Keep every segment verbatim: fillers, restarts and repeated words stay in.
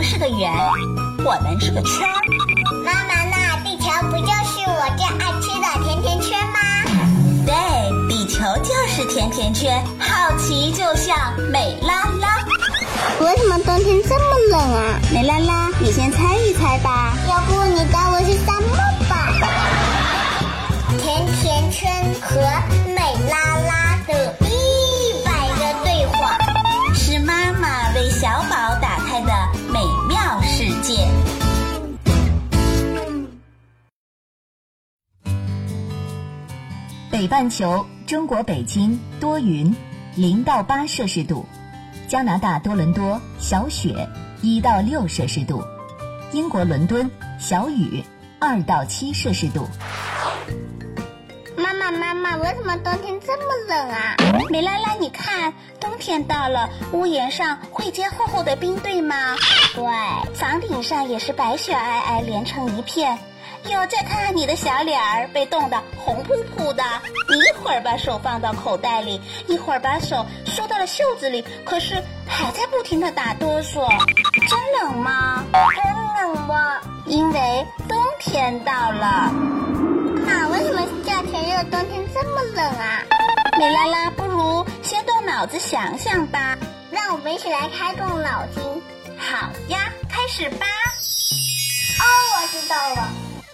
是个圆，我们是个圈。 妈妈，那地球不就是我最爱吃的甜甜圈吗？ 对，地球就是甜甜圈，好奇就像美拉拉。 为什么冬天这么冷啊？ 美拉拉，你先猜一猜吧。 要不你带我去沙漠吧。甜甜圈和美拉拉的一百个对话， 是妈妈为小宝打开的美妙世界。 北半球，中国北京多云，零到八摄氏度；加拿大多伦多小雪，一到六摄氏度；英国伦敦小雨，二到七摄氏度。 妈妈，妈妈，为什么冬天这么冷啊？ 美拉拉，你看，冬天到了，屋檐上会结厚厚的冰，对吗？ 对， 房顶上也是白雪皑皑连成一片。哟，再看看你的小脸儿，被冻得红扑扑的。你一会儿把手放到口袋里，一会儿把手缩到了袖子里，可是还在不停地打哆嗦。真冷吗？ 真冷吧？ 因为冬天到了。 妈，为什么夏天热，冬天这么冷啊？ 美拉拉，不如先动脑子想想吧。 让我们一起来开动脑筋。 好呀，开始吧。 哦，我知道了。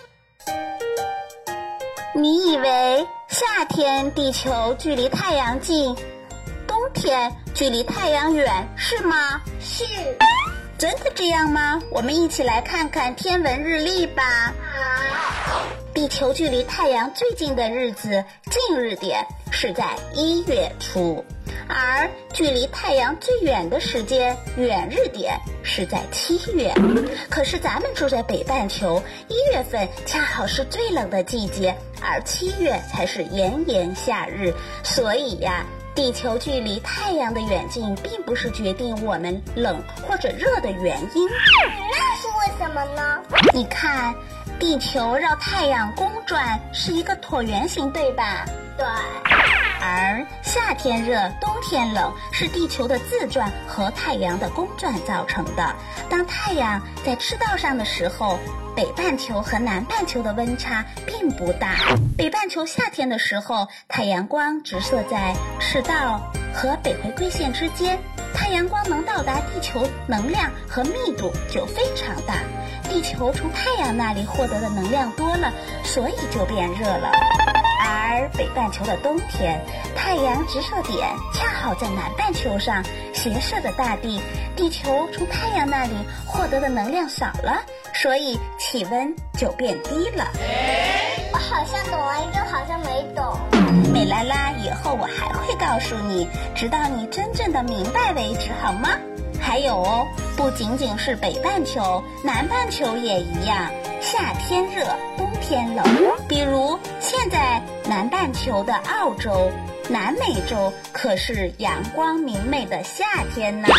你以为夏天地球距离太阳近，冬天距离太阳远，是吗？ 是。 真的这样吗？我们一起来看看天文日历吧。 好。 地球距离太阳最近的日子，近日点是在一月初，而距离太阳最远的时间，远日点是在七月。可是咱们住在北半球，一月份恰好是最冷的季节，而七月才是炎炎夏日。所以呀，地球距离太阳的远近并不是决定我们冷或者热的原因。 那是为什么呢？ 你看，地球绕太阳公转是一个椭圆形，对吧？ 对。 而夏天热，冬天冷是地球的自转和太阳的公转造成的。当太阳在赤道上的时候，北半球和南半球的温差并不大。北半球夏天的时候，太阳光直射在赤道和北回归线之间，太阳光能到达地球能量和密度就非常大。地球从太阳那里获得的能量多了，所以就变热了。而北半球的冬天，太阳直射点恰好在南半球上，斜射着大地，地球从太阳那里获得的能量少了，所以气温就变低了。 我好像懂了，又好像没懂。 美拉拉，以后我还会告诉你，直到你真正的明白为止，好吗？还有哦，不仅仅是北半球，南半球也一样，夏天热，冬天冷。比如现在南半球的澳洲、南美洲可是阳光明媚的夏天呢。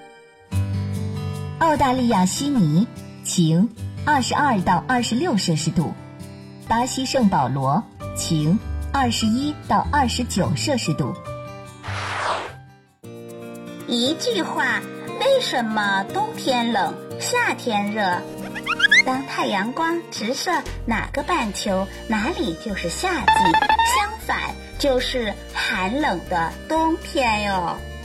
澳大利亚悉尼晴，二十二到二十六摄氏度；巴西圣保罗晴，二十一到二十九摄氏度。 一句话，为什么冬天冷，夏天热？当太阳光直射哪个半球，哪里就是夏季，相反就是寒冷的冬天哟。